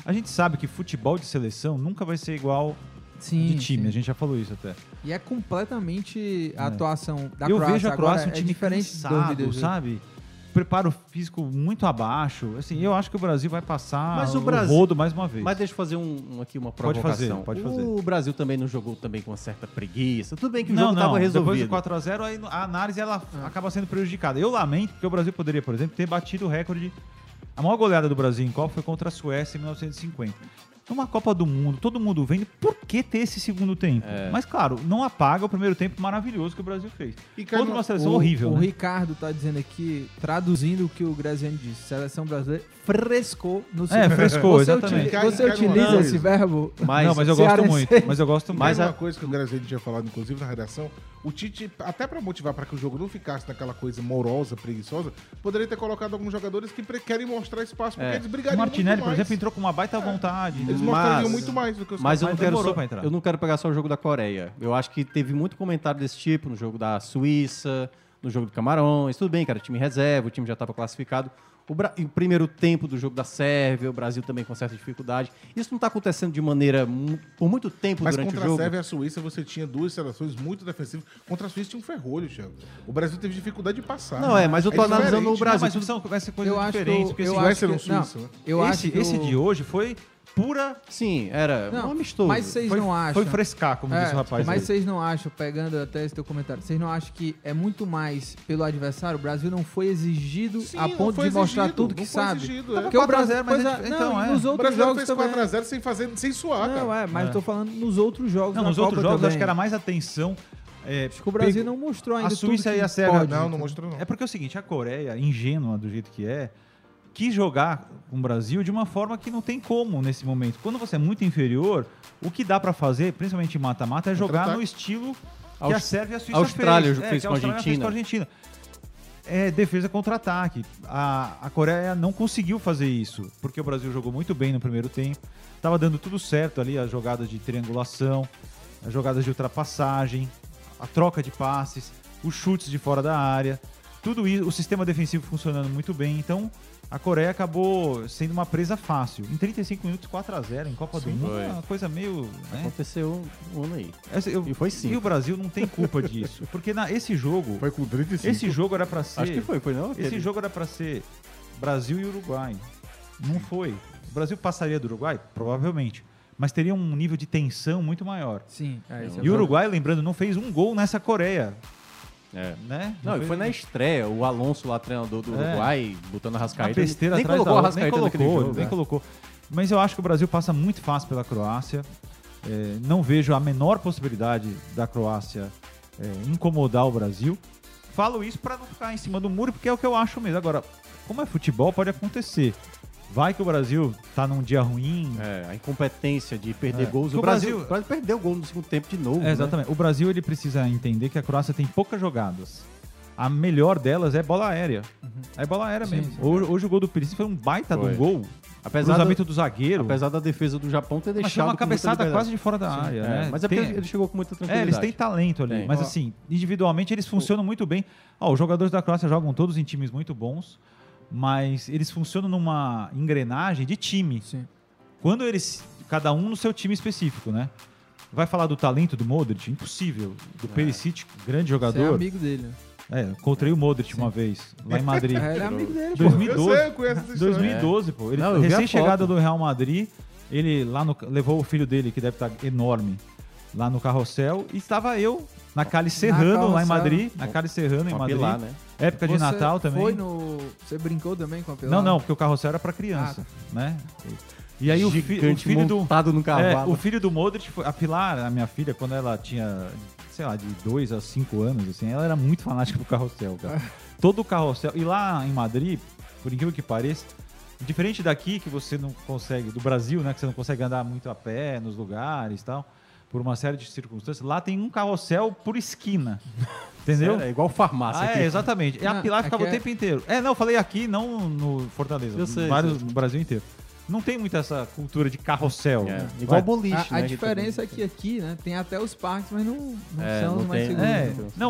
A gente sabe que futebol de seleção nunca vai ser igual de time. Sim. A gente já falou isso até. E é completamente a atuação da Croácia. Eu vejo a Croácia um time diferente cansado, sabe? Preparo físico muito abaixo. Assim, eu acho que o Brasil vai passar o rodo mais uma vez. Mas deixa eu fazer aqui uma provocação. Pode fazer. O Brasil também não jogou também com uma certa preguiça. Tudo bem que o jogo estava resolvido. Depois do 4x0, aí a análise ela acaba sendo prejudicada. Eu lamento porque o Brasil poderia, por exemplo, ter batido o recorde. A maior goleada do Brasil em Copa foi contra a Suécia em 1950. Numa Copa do Mundo, todo mundo vendo, por que ter esse segundo tempo? Mas, claro, não apaga o primeiro tempo maravilhoso que o Brasil fez. Contra uma seleção horrível, O Ricardo tá dizendo aqui, traduzindo o que o Graziani disse, seleção brasileira frescou no segundo tempo. Frescou, exatamente. Você utiliza esse verbo? Mas eu gosto muito. Mas eu gosto muito. Mas uma coisa que o Graziani tinha falado, inclusive, na redação, o Tite, até pra motivar para que o jogo não ficasse naquela coisa morosa, preguiçosa, poderia ter colocado alguns jogadores que querem mostrar espaço, porque eles brigariam muito mais. O Martinelli, por exemplo, entrou com uma baita vontade. Eles mostrariam muito mais do que os caras. Mas eu não quero pegar só o jogo da Coreia. Eu acho que teve muito comentário desse tipo no jogo da Suíça, no jogo do Camarões. Tudo bem, cara, time reserva, o time já estava classificado. O primeiro tempo do jogo da Sérvia, o Brasil também com certa dificuldade. Isso não está acontecendo de maneira por muito tempo durante o jogo. Mas contra a Sérvia e a Suíça você tinha duas seleções muito defensivas. Contra a Suíça tinha um ferrolho, Thiago. O Brasil teve dificuldade de passar. Não, mas eu tô analisando o Brasil. Mas vai ser coisas diferentes. Porque Suécia não Suíça, né? Esse de hoje foi pura... Sim, era um amistoso. Mas vocês não acham... Foi frescar, como disse o rapaz. Mas vocês não acham, pegando até esse teu comentário, vocês não acham que é muito mais pelo adversário? O Brasil não foi exigido a ponto de mostrar tudo que sabe. Porque o Brasil... Nos outros jogos fez 4x0 sem suar, cara. Mas eu tô falando nos outros jogos. Não, nos outros jogos acho que era mais atenção... acho que o Brasil não mostrou ainda a Suíça e a Sérvia não mostrou não. É porque é o seguinte, a Coreia, ingênua do jeito que quis jogar com o Brasil de uma forma que não tem como nesse momento. Quando você é muito inferior, o que dá pra fazer, principalmente em mata-mata, é jogar no estilo que a Sérvia e a Suíça fez com a Argentina. É defesa contra-ataque. A Coreia não conseguiu fazer isso, porque o Brasil jogou muito bem no primeiro tempo, estava dando tudo certo ali, as jogadas de triangulação, as jogadas de ultrapassagem, a troca de passes, os chutes de fora da área, tudo isso, o sistema defensivo funcionando muito bem. Então, a Coreia acabou sendo uma presa fácil. Em 35 minutos, 4x0 em Copa do Mundo, é uma coisa meio... Aconteceu um ano aí. E foi sim. E o Brasil não tem culpa disso. Porque esse jogo... Foi com 35. Esse jogo era pra ser... Acho que foi não? Esse jogo era pra ser Brasil e Uruguai. Não foi. O Brasil passaria do Uruguai? Provavelmente. Mas teria um nível de tensão muito maior. Sim. E o Uruguai, lembrando, não fez um gol nessa Coreia. Né? Não, foi na estreia, o Alonso lá, treinador do Uruguai, botando a Rascaeta. Nem colocou a Rascaeta naquele jogo. Nem colocou. Mas eu acho que o Brasil passa muito fácil pela Croácia. Não vejo a menor possibilidade da Croácia incomodar o Brasil. Falo isso para não ficar em cima do muro, porque é o que eu acho mesmo. Agora, como é futebol, pode acontecer. Vai que o Brasil tá num dia ruim. A incompetência de perder gols. O Brasil perdeu o gol no segundo tempo de novo. Exatamente. Né? O Brasil ele precisa entender que a Croácia tem poucas jogadas. A melhor delas é bola aérea. É bola aérea mesmo. Sim. Hoje o gol do Perisic foi um baita de um gol. Cruzamento do zagueiro. Apesar da defesa do Japão ter deixado... uma cabeçada quase de fora da área. Né? Mas é porque ele chegou com muita tranquilidade. Eles têm talento ali. Mas assim, individualmente eles funcionam muito bem. Os jogadores da Croácia jogam todos em times muito bons. Mas eles funcionam numa engrenagem de time. Sim. Quando cada um no seu time específico, né? Vai falar do talento do Modric? Impossível. Do Perisic, grande jogador. Você é amigo dele. Encontrei o Modric uma vez, lá em Madrid. Ele é amigo dele, 2012. 2012, pô. Ele recém-chegado do Real Madrid, ele levou o filho dele, que deve estar enorme, lá no carrossel, e estava eu na Cali Serrano, lá em Madrid. Na Cali Serrano, em Madrid. Pilar, né? Época de Natal também. Você brincou também com a Pilar? Não, porque o carrossel era pra criança, né? E aí o filho montado no cavalo. O filho do Modric, a Pilar, a minha filha, quando ela tinha, sei lá, de 2 a 5 anos, assim, ela era muito fanática pro carrossel, cara. Todo o carrossel. E lá em Madrid, por incrível que pareça, diferente daqui, que você não consegue, do Brasil, né, que você não consegue andar muito a pé nos lugares e tal, por uma série de circunstâncias, lá tem um carrossel por esquina. Entendeu? Sério? É igual farmácia. Exatamente. E a Pilar ficava o tempo inteiro. Não, eu falei aqui, não no Fortaleza. Eu sei, no Brasil inteiro. Não tem muito essa cultura de carrossel. Igual boliche, A diferença é que aqui, né, tem até os parques, mas não são os mais seguros.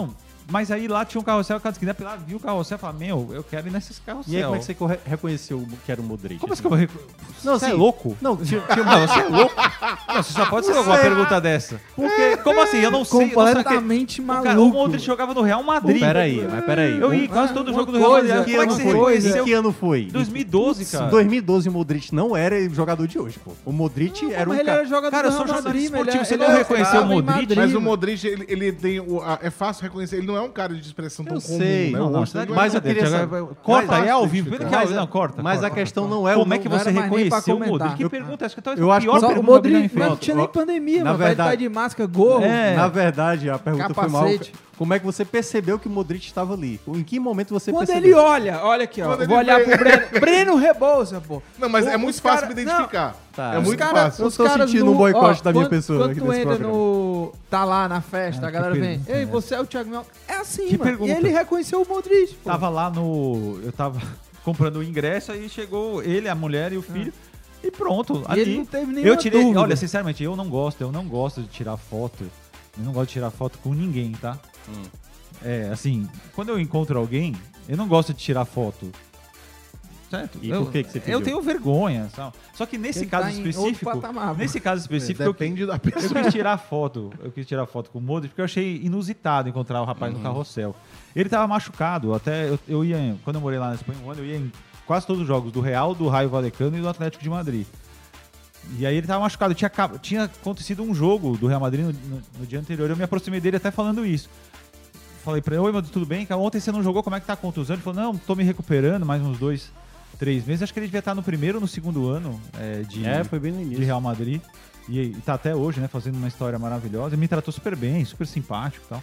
Mas aí lá tinha um carrossel, cada esquina lá viu o carrossel e falou, eu quero ir nesses carrossel. E aí como é que você reconheceu que era o Modric? Como assim que eu vou reconhecer? Não, você é louco? Não, você é louco? Não, você só pode ser alguma pergunta dessa. Porque, como assim? Eu não sei. Completamente maluco. O Modric jogava no Real Madrid. Peraí. Eu ia quase todo jogo do Real Madrid. Como é que você reconheceu? Que ano foi? 2012, cara. 2012 o Modric não era o jogador de hoje, pô. O Modric era um ele era jogador cara, eu sou jornalista esportivo, você não reconheceu o Modric? Mas o Modric, ele tem... É fácil reconhecer, ele não é um cara de expressão tão comum, né? Mas eu queria saber... Corta, é ao vivo. Não, corta. Mas a questão não é... Como é que você reconheceu o Modric? Que pergunta, acho que eu acho que o Modric não tinha nem pandemia, mano. Vai estar de máscara, gorro. Na verdade, a pergunta foi mal. Como é que você percebeu que o Modric estava ali? Em que momento você percebeu? Quando ele olha aqui, ó. Vou olhar pro Breno Rebouça, pô. Não, mas é muito fácil me identificar. É muito fácil. Eu tô sentindo um boicote da minha pessoa aqui nesse nesse programa. Quando tá lá na festa, a galera vem, ei, você é o Thiago Mel. É assim, mano. E ele reconheceu o Modric, pô. Tava lá eu tava comprando o ingresso, aí chegou ele, a mulher e o filho. E pronto, ali. Ele não teve nenhuma dúvida. Olha, sinceramente, eu não gosto de tirar foto. Eu não gosto de tirar foto com ninguém, tá? Assim, quando eu encontro alguém, eu não gosto de tirar foto. Certo? E por que você pediu? Eu tenho vergonha, sabe? Só que nesse caso específico, depende da pessoa. Eu quis tirar foto com o Modric porque eu achei inusitado encontrar o rapaz no carrossel. Ele tava machucado, até eu ia, quando eu morei lá na Espanha, eu ia em quase todos os jogos do Real, do Raio Vallecano e do Atlético de Madrid. E aí ele tava machucado. Tinha acontecido um jogo do Real Madrid no dia anterior. Eu me aproximei dele até falando isso. Falei pra ele, oi, mas tudo bem? Ontem você não jogou, como é que tá a contusão? Ele falou, não, tô me recuperando mais uns 2, 3 meses. Acho que ele devia estar no primeiro ou no segundo ano foi bem no início. de Real Madrid. E tá até hoje, né, fazendo uma história maravilhosa. Ele me tratou super bem, super simpático e tal.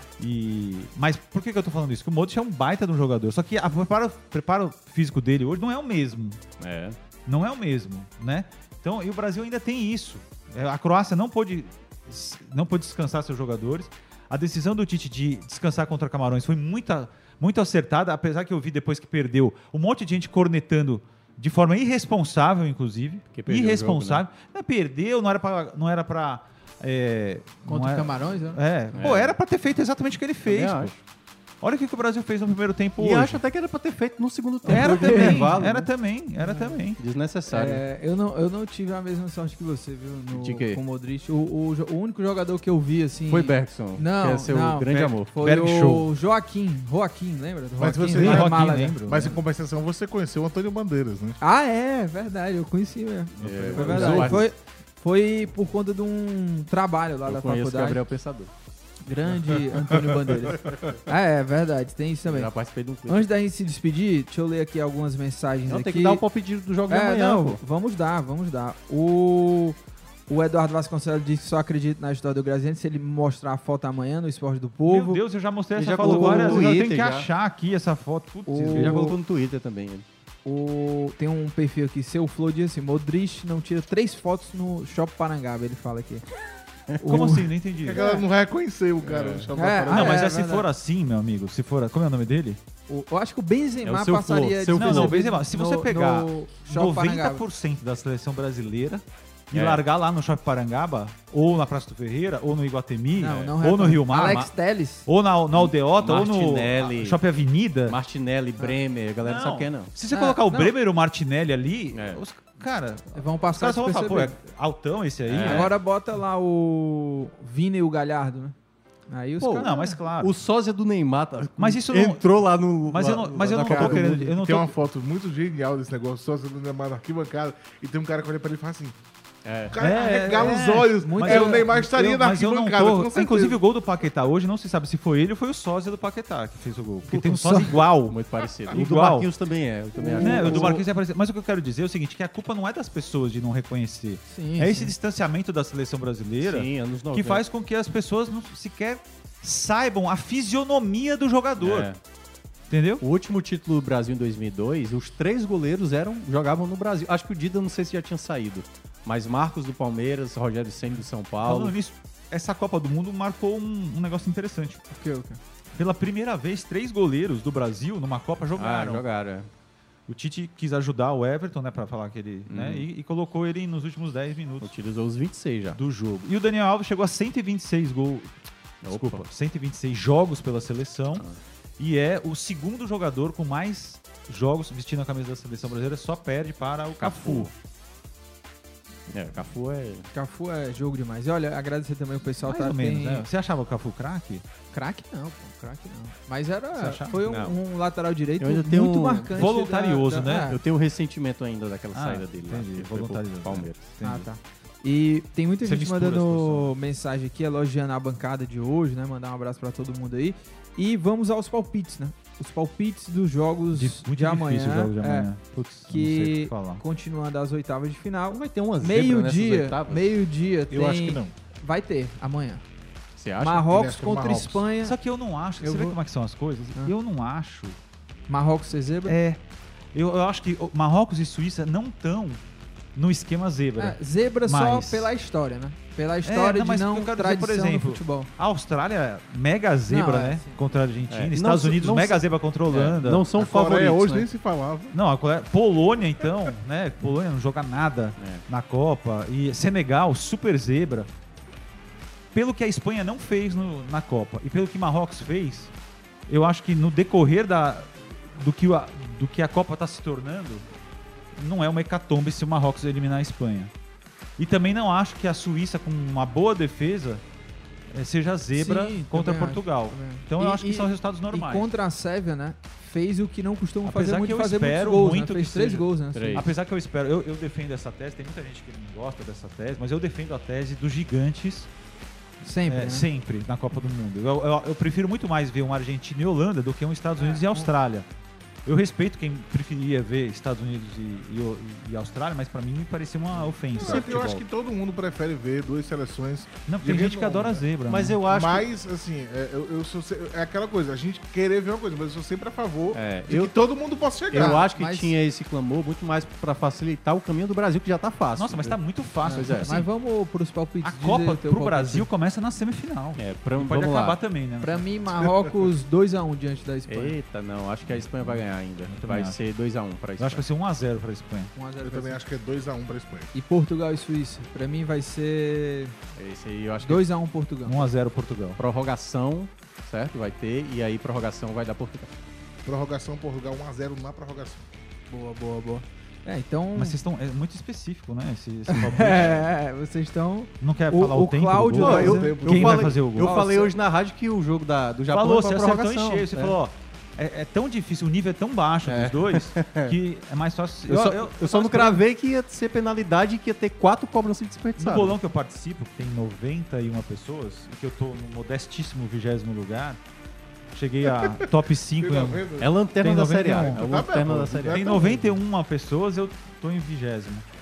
Mas por que eu tô falando isso? Porque o Modric é um baita de um jogador. Só que o preparo físico dele hoje não é o mesmo. Não é o mesmo, né? Então, e o Brasil ainda tem isso. A Croácia não pôde descansar seus jogadores. A decisão do Tite de descansar contra Camarões foi muito acertada, apesar que eu vi depois que perdeu um monte de gente cornetando de forma irresponsável, inclusive. Irresponsável. Jogo, né? Não, perdeu, não era pra contra Camarões, né? Pô, era pra ter feito exatamente o que ele fez. Olha o que o Brasil fez no primeiro tempo hoje. E acho até que era pra ter feito no segundo tempo. Era também. Desnecessário. Eu não tive a mesma sorte que você, viu? Com o Modric. O único jogador que eu vi, assim... Foi Bergson. Não, que é seu grande amor. Foi o Joaquim, lembra? Lembro. Mas em compensação, você conheceu o Antônio Bandeiras, né? Ah, é verdade. Eu conheci mesmo. Foi verdade. Foi por conta de um trabalho lá da faculdade. Gabriel Pensador. Grande Antônio Bandeiras. É verdade, tem isso também. Já participei de um clipe. Antes da gente se despedir, deixa eu ler aqui algumas mensagens aqui. Tem que dar um palpite do jogo de amanhã, pô. Vamos dar. O Eduardo Vasconcelos disse que só acredita na história do Graziani se ele mostrar a foto amanhã no Esporte do Povo. Meu Deus, eu já mostrei essa foto várias vezes. Eu tenho que achar aqui essa foto. Ele já colocou no Twitter também. Tem um perfil aqui, Seu Flow, diz assim, Modric não tira 3 fotos no Shopping Parangaba, ele fala aqui. Como assim? Não entendi. A galera não vai reconhecer o cara no Shopping Parangaba. Não, mas se for assim, meu amigo, como é o nome dele? Eu acho que o Benzema passaria... Não, Benzema, se você pegar 90% da seleção brasileira e largar lá no Shopping Parangaba, ou na Praça do Ferreira, ou no Iguatemi, ou no Rio Mar, Alex Telles, ou na Aldeota, ou no Shopping Avenida. Martinelli, Bremer, a galera não sabe quem é, não. Se você colocar o Bremer e o Martinelli ali, os caras vão passar os caras vão falar, pô, é altão esse aí. Agora bota lá o Vini e o Galhardo, né? Aí os caras... Não, mas claro. O sósia do Neymar mas isso não... entrou lá no... Mas eu não tô querendo... Tem uma foto muito genial desse negócio, o sósia do Neymar na arquibancada, e tem um cara que olha pra ele e fala assim... O cara arregala os olhos. O Neymar estaria na arquibancada. Inclusive, o gol do Paquetá hoje, não se sabe se foi ele ou foi o sósia do Paquetá que fez o gol. Porque tem um sósia igual. Muito parecido. O do Marquinhos também é. Eu também acho. O do Marquinhos é parecido. Mas o que eu quero dizer é o seguinte, que a culpa não é das pessoas de não reconhecer. Esse distanciamento da seleção brasileira que faz com que as pessoas não sequer saibam a fisionomia do jogador. Entendeu? O último título do Brasil em 2002, os 3 goleiros jogavam no Brasil. Acho que o Dida, não sei se já tinha saído. Mas Marcos do Palmeiras, Rogério Ceni do São Paulo. Falando nisso, essa Copa do Mundo marcou um negócio interessante. O quê? Pela primeira vez, 3 goleiros do Brasil numa Copa jogaram. Jogaram. O Tite quis ajudar o Everton, né, pra falar que ele... né, e colocou ele nos últimos 10 minutos. Utilizou os 26 já. Do jogo. E o Daniel Alves chegou a 126 gols. Desculpa, 126 jogos pela seleção. E é o segundo jogador com mais jogos vestindo a camisa da seleção brasileira, só perde para o Cafu. Cafu é jogo demais. E olha, agradecer também o pessoal. Mais ou menos, né? Você achava o Cafu craque? Craque não, craque não. Mas foi um lateral direito muito marcante. Voluntarioso, né? Eu tenho um ressentimento ainda daquela saída dele. Entendi, voluntarioso. Palmeiras. Tá. E tem muita gente mandando mensagem aqui, elogiando a bancada de hoje, né? Mandar um abraço pra todo mundo aí. E vamos aos palpites, né? Os palpites dos jogos de amanhã. Jogo de amanhã. Putz, que continuando as oitavas de final. Vai ter uma zebra nessas oitavas? Meio-dia tem... Eu acho que não. Vai ter, amanhã. Você acha? Marrocos contra Espanha. Só que eu não acho. Você vê como é que são as coisas? Eu não acho. Marrocos ser zebra? Eu acho que Marrocos e Suíça não estão no esquema zebra. Zebra só pela história, né? Pela história de não tradição por exemplo, no futebol. A Austrália, mega zebra, né? Sim. Contra a Argentina. Estados Unidos, mega zebra contra a Holanda. Não são favoritos, hoje né? nem se falava. Não, Polônia, então, né? Polônia não joga nada na Copa. E Senegal, super zebra. Pelo que a Espanha não fez na Copa e pelo que Marrocos fez, eu acho que no decorrer do que a Copa está se tornando, não é uma hecatombe se o Marrocos eliminar a Espanha. E também não acho que a Suíça, com uma boa defesa, seja zebra contra Portugal. Então eu acho que são resultados normais. E contra a Sérvia, né? Fez o que não costuma fazer muito, fazer muitos gols, muito, né? Fez 3 gols, né? Apesar que eu espero, eu defendo essa tese, tem muita gente que não gosta dessa tese, mas eu defendo a tese dos gigantes sempre na Copa do Mundo. Eu prefiro muito mais ver uma Argentina e Holanda do que um Estados Unidos e Austrália. Eu respeito quem preferia ver Estados Unidos e Austrália, mas pra mim me parecia uma ofensa. Eu acho que todo mundo prefere ver duas seleções. Não, tem gente que adora zebra. Mas né? eu acho. Mas, assim, eu sou. É aquela coisa, a gente querer ver uma coisa, mas eu sou sempre a favor de que todo mundo possa chegar. Eu acho que tinha esse clamor muito mais pra facilitar o caminho do Brasil, que já tá fácil. Nossa, mas tá muito fácil. Assim, mas vamos pros palpites. A Copa pro Brasil começa na semifinal. Pode acabar também, né? Pra mim, Marrocos 2-1 diante da Espanha. Eita, não. Acho que a Espanha vai ganhar ainda. Vai ser 2-1 pra Espanha. Eu acho que vai ser 1-0 pra Espanha. Eu também acho que é 2-1 pra Espanha. E Portugal e Suíça? Pra mim vai ser... Esse aí eu acho 2-1 Portugal. 1-0 Portugal. Prorrogação, certo? Vai ter. E aí prorrogação vai dar Portugal. Prorrogação Portugal 1-0 na prorrogação. Boa. Então... Mas vocês estão... É muito específico, né? Esse vocês estão... Não quer falar o tempo Cláudio do gol? Quem vai fazer o gol? Eu falei hoje na rádio que o jogo do Japão falou, foi você prorrogação. acertou em cheio. Você falou, é tão difícil, o nível é tão baixo dos dois, que é mais fácil... Eu só não cravei que ia ser penalidade e que ia ter 4 cobranças desperdiçadas. No bolão que eu participo, que tem 91 pessoas, e que eu tô no modestíssimo 20º lugar, cheguei a top 5. É lanterna da Série A. Tem 91 pessoas, eu tô em 20º.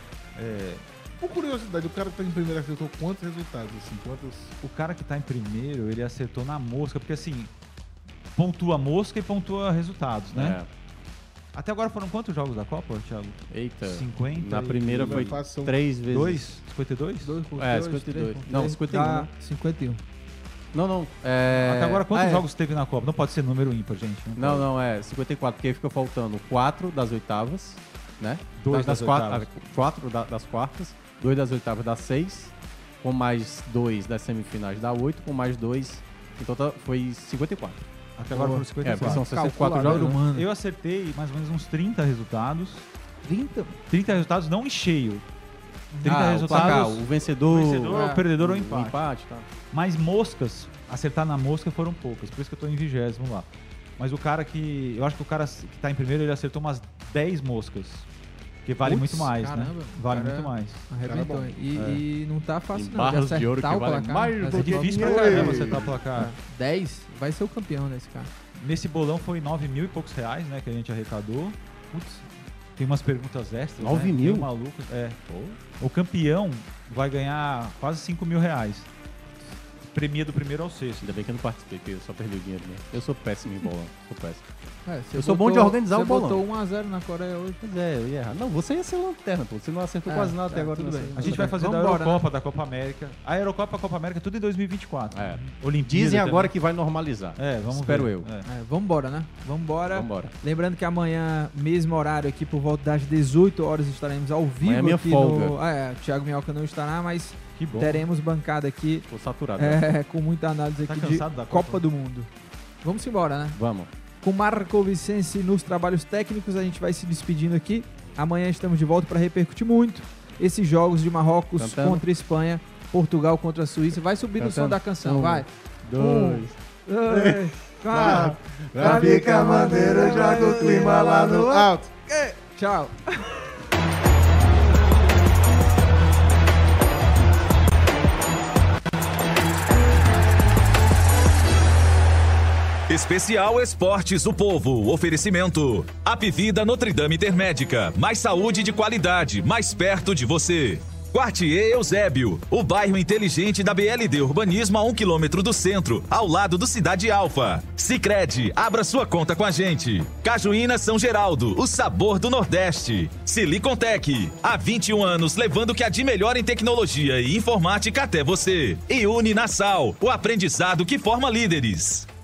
Por curiosidade, o cara que tá em primeiro acertou quantos resultados? Assim, O cara que tá em primeiro, ele acertou na mosca, porque assim... Pontua mosca e pontua resultados, né? Até agora foram quantos jogos da Copa, Thiago? Eita. 50? Na primeira foi 3 vezes. 2? 52? 52. Não, 51. 51. Não. Até agora quantos jogos teve na Copa? Não pode ser número ímpar, gente. Não, é 54, porque aí fica faltando 4 das oitavas, né? 2 das oitavas. 4 das quartas, 2 das oitavas dá 6, com mais 2 das semifinais dá 8, com mais 2, então foi 54. Até agora foram 54. São 64 jogos. Eu acertei mais ou menos uns 30 resultados. 30? 30 resultados, não em cheio. 30 resultados. O vencedor, o perdedor ou o empate. Tá. Mas moscas, acertar na mosca foram poucas. Por isso que eu tô em 20º lá. Mas o cara que... Eu acho que o cara que tá em primeiro, ele acertou umas 10 moscas. Porque vale muito mais, né? Vale muito mais. Arrebentou. E não tá fácil não. Barras de ouro que vale mais. É difícil pra caramba acertar o placar. 10, vai ser o campeão desse cara. Nesse bolão foi 9 mil e poucos reais, né? Que a gente arrecadou. Putz, tem umas perguntas extras. 9 mil? Maluco. O campeão vai ganhar quase 5 mil reais. Premia do primeiro ao sexto. Ainda bem que eu não participei, porque eu só perdi o dinheiro, né? Eu sou péssimo em bolão. Sou péssimo. Eu sou bom de organizar o bolão. Você botou 1-0 na Coreia hoje. Pois é, eu ia errar. Não, você ia ser lanterna, pô. Você não acertou quase nada até agora. Tudo bem. A gente vai fazer da Eurocopa, da Copa América. A Eurocopa e a Copa América, tudo em 2024. Olimpíada. Dizem agora que vai normalizar. Espero eu. Vambora, né? Vambora. Lembrando que amanhã, mesmo horário aqui, por volta das 18 horas, estaremos ao vivo. Amanhã é minha aqui folga. O Thiago Minhoca não estará, mas Que bom. Teremos bancada aqui. Tô saturado. Com muita análise Tá aqui cansado de da Copa do Mundo. Vamos embora, né? Vamos. Com Marco Vicense nos trabalhos técnicos, a gente vai se despedindo aqui. Amanhã estamos de volta para repercutir muito esses jogos de Marrocos contra a Espanha, Portugal contra a Suíça. Vai subir no som da canção, vai. 2, 3, 4. Pra ficar maneiro, eu jogo o clima lá no alto. Tchau. Especial Esportes do Povo. Oferecimento. Apivida Notre Dame Intermédica. Mais saúde de qualidade, mais perto de você. Quartier Eusébio, o bairro inteligente da BLD Urbanismo a 1 km do centro, ao lado do Cidade Alfa. Sicredi, abra sua conta com a gente. Cajuína São Geraldo, o sabor do Nordeste. Silicontec, há 21 anos levando o que há de melhor em tecnologia e informática até você. E Uninasal, o aprendizado que forma líderes.